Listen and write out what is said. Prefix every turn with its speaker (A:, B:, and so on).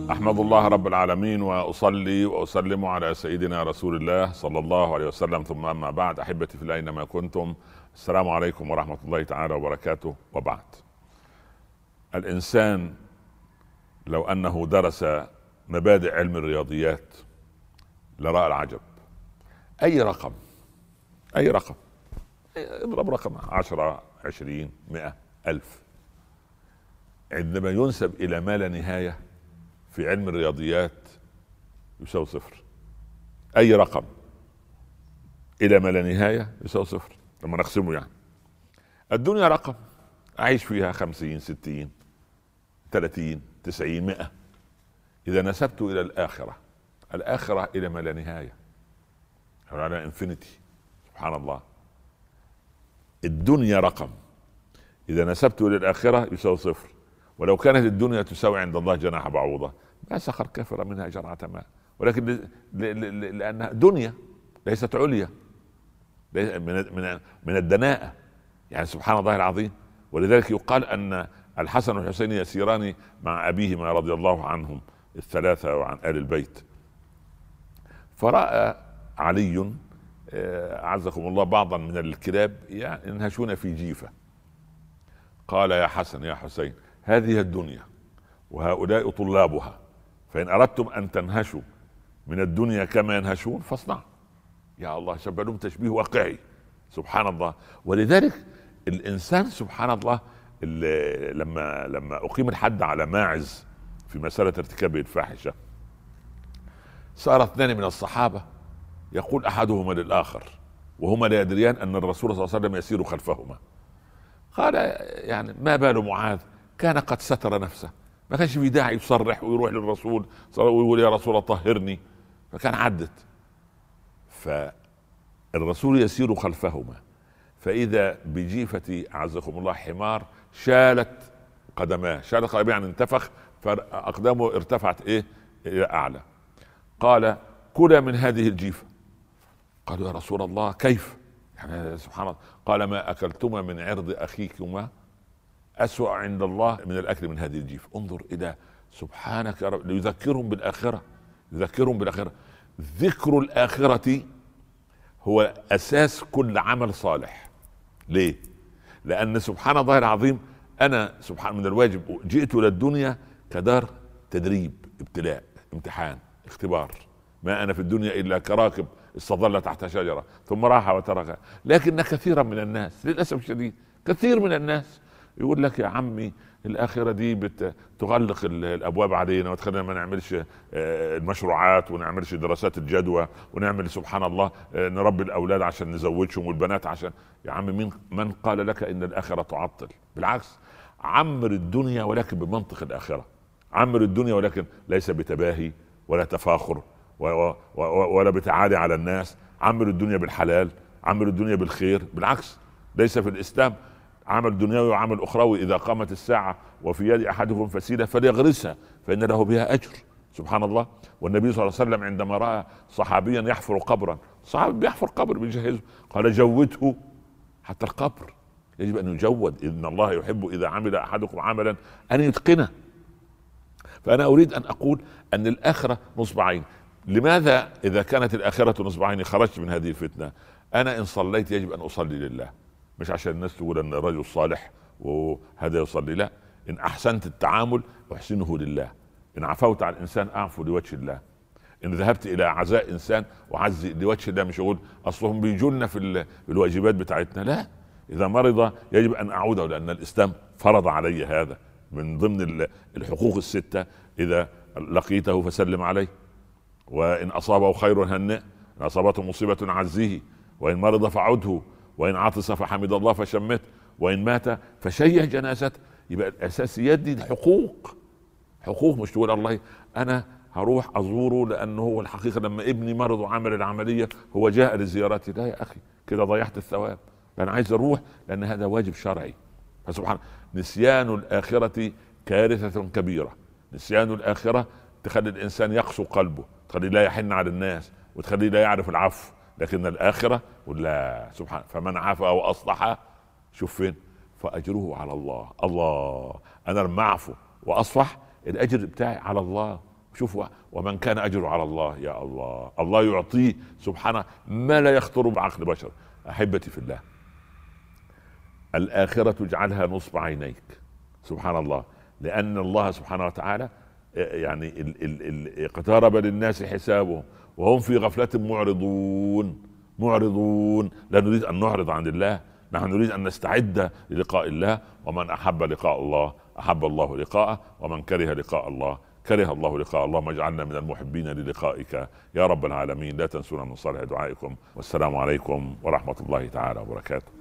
A: أحمد الله رب العالمين وأصلي وأسلم على سيدنا رسول الله صلى الله عليه وسلم، ثم أما بعد. أحبتي في الله أينما كنتم، السلام عليكم ورحمة الله تعالى وبركاته. وبعد، الإنسان لو أنه درس مبادئ علم الرياضيات لرأى العجب. أي رقم اضرب رقم 10 20 100 1000 عندما ينسب إلى ما لا نهاية في علم الرياضيات يساوي صفر. أي رقم إلى ما لا نهاية يساوي صفر لما نقسمه. يعني الدنيا رقم أعيش فيها 50 60 30 90 100. إذا نسبت إلى الآخرة إلى ما لا نهاية، على انفينيتي، سبحان الله. الدنيا رقم إذا نسبت إلى الآخرة يساوي صفر، ولو كانت الدنيا تساوي عند الله جناح بعوضة ما سخر كافر منها جرعة ماء، ولكن لأنها دنيا ليست عليا، من الدناءة، يعني سبحان الله العظيم. ولذلك يقال أن الحسن والحسين يسيران مع أبيهما رضي الله عنهم الثلاثة وعن آل البيت، فرأى علي أعزكم الله بعضا من الكلاب ينهشون في جيفة، قال: يا حسن يا حسين، هذه الدنيا وهؤلاء طلابها، فإن أردتم أن تنهشوا من الدنيا كما ينهشون فاصنعوا. يا الله، شبه لهم تشبيه واقعي، سبحان الله. ولذلك الإنسان سبحان الله لما أقيم الحد على ماعز في مسألة ارتكابه الفاحشة، صار اثنان من الصحابة يقول أحدهما للآخر وهما لا يدريان أن الرسول صلى الله عليه وسلم يسير خلفهما، قال: يعني ما بال معاذ كان قد ستر نفسه، ما كانش في داعي يصرح ويروح للرسول ويقول: يا رسول الله طهرني، فكان عدت. فالرسول يسير خلفهما، فإذا بجيفة أعزكم الله حمار شالت قدماه، يعني انتفخ، فأقدامه ارتفعت إلى أعلى. قال: كلا من هذه الجيفة. قالوا: يا رسول الله كيف؟ يعني سبحان الله. قال: ما أكلتما من عرض أخيكما أسوأ عند الله من الأكل من هذه الجيفة. انظر إلى سبحانك يا رب، ليذكرهم بالآخرة، ذكر الآخرة هو أساس كل عمل صالح. ليه؟ لأن سبحان الله العظيم، أنا سبحان من الواجب جئت إلى الدنيا كدار تدريب، ابتلاء، امتحان، اختبار. ما أنا في الدنيا إلا كراكب استظل تحت شجرة ثم راح وتركها. لكن كثيرا من الناس للأسف الشديد، كثير من الناس يقول لك: يا عمي الآخرة دي بتغلق الأبواب علينا وتخلينا ما نعملش المشروعات ونعملش دراسات الجدوى ونعمل سبحان الله نربي الأولاد عشان نزوجهم والبنات عشان. يا عمي من قال لك إن الآخرة تعطل؟ بالعكس، عمر الدنيا ولكن بمنطق الآخرة، عمر الدنيا ولكن ليس بتباهي ولا تفاخر ولا بتعالي على الناس. عمر الدنيا بالحلال، عمر الدنيا بالخير. بالعكس، ليس في الإسلام عمل دنيوي وعمل أخروي. إذا قامت الساعة وفي يد أحدكم فسيلة فليغرسها فإن له بها أجر، سبحان الله. والنبي صلى الله عليه وسلم عندما رأى صحابيا يحفر قبرا، صحابي بيحفر قبر بيجهزه، قال: جوده حتى القبر، يجب أن يجود. إن الله يحب إذا عمل أحدكم عملا أن يتقنه. فأنا أريد أن أقول أن الآخرة نصبعين. لماذا إذا كانت الآخرة نصبعين خرجت من هذه الفتنة؟ أنا إن صليت يجب أن أصلي لله، مش عشان الناس تقول أن الرجل صالح وهذا يصلي، لا. إن أحسنت التعامل أحسنه لله، إن عفوت على الإنسان أعفو لوجه الله، إن ذهبت إلى عزاء إنسان أعزي لوجه الله، مش أقول أصلهم بيجولنا في الواجبات بتاعتنا، لا. إذا مرض يجب أن أعوده، لأن الإسلام فرض علي هذا من ضمن الحقوق الستة. إذا لقيته فسلم عليه، وإن أصابه خير هنئ، إن أصابته مصيبة عزيه، وإن مرض فعده، وإن عطس فحمد الله فشمت، وإن مات فشيع جنازته. يبقى الأساسيات دي حقوق، مش تقول الله أنا هروح أزوره لأنه هو الحقيقة لما ابني مرض وعمل العملية هو جاء لزيارتي. لا يا أخي، كده ضيعت الثواب. أنا عايز أروح لأن هذا واجب شرعي. فسبحان، نسيان الآخرة كارثة كبيرة. نسيان الآخرة تخلي الإنسان يقسو قلبه، تخليه لا يحن على الناس، وتخليه لا يعرف العفو. لكن الآخرة ولا سبحان، فمن عفا وأصلح، شوف فين، فأجره على الله. الله، أنا لما أعفو وأصفح الأجر بتاعي على الله، شوفوا، ومن كان اجره على الله، يا الله، الله يعطيه سبحانه ما لا يخطر بعقل بشر. احبتي في الله، الاخره اجعلها نصب عينيك، سبحان الله، لان الله سبحانه وتعالى يعني اقترب للناس حسابهم وهم في غفله معرضون. لا نريد ان نعرض عن الله، نحن نريد ان نستعد للقاء الله. ومن احب لقاء الله احب الله لقاءه، ومن كره لقاء الله كره الله لقاء الله. اللهم اجعلنا من المحبين للقائك يا رب العالمين. لا تنسونا من صالح دعائكم، والسلام عليكم ورحمة الله تعالى وبركاته.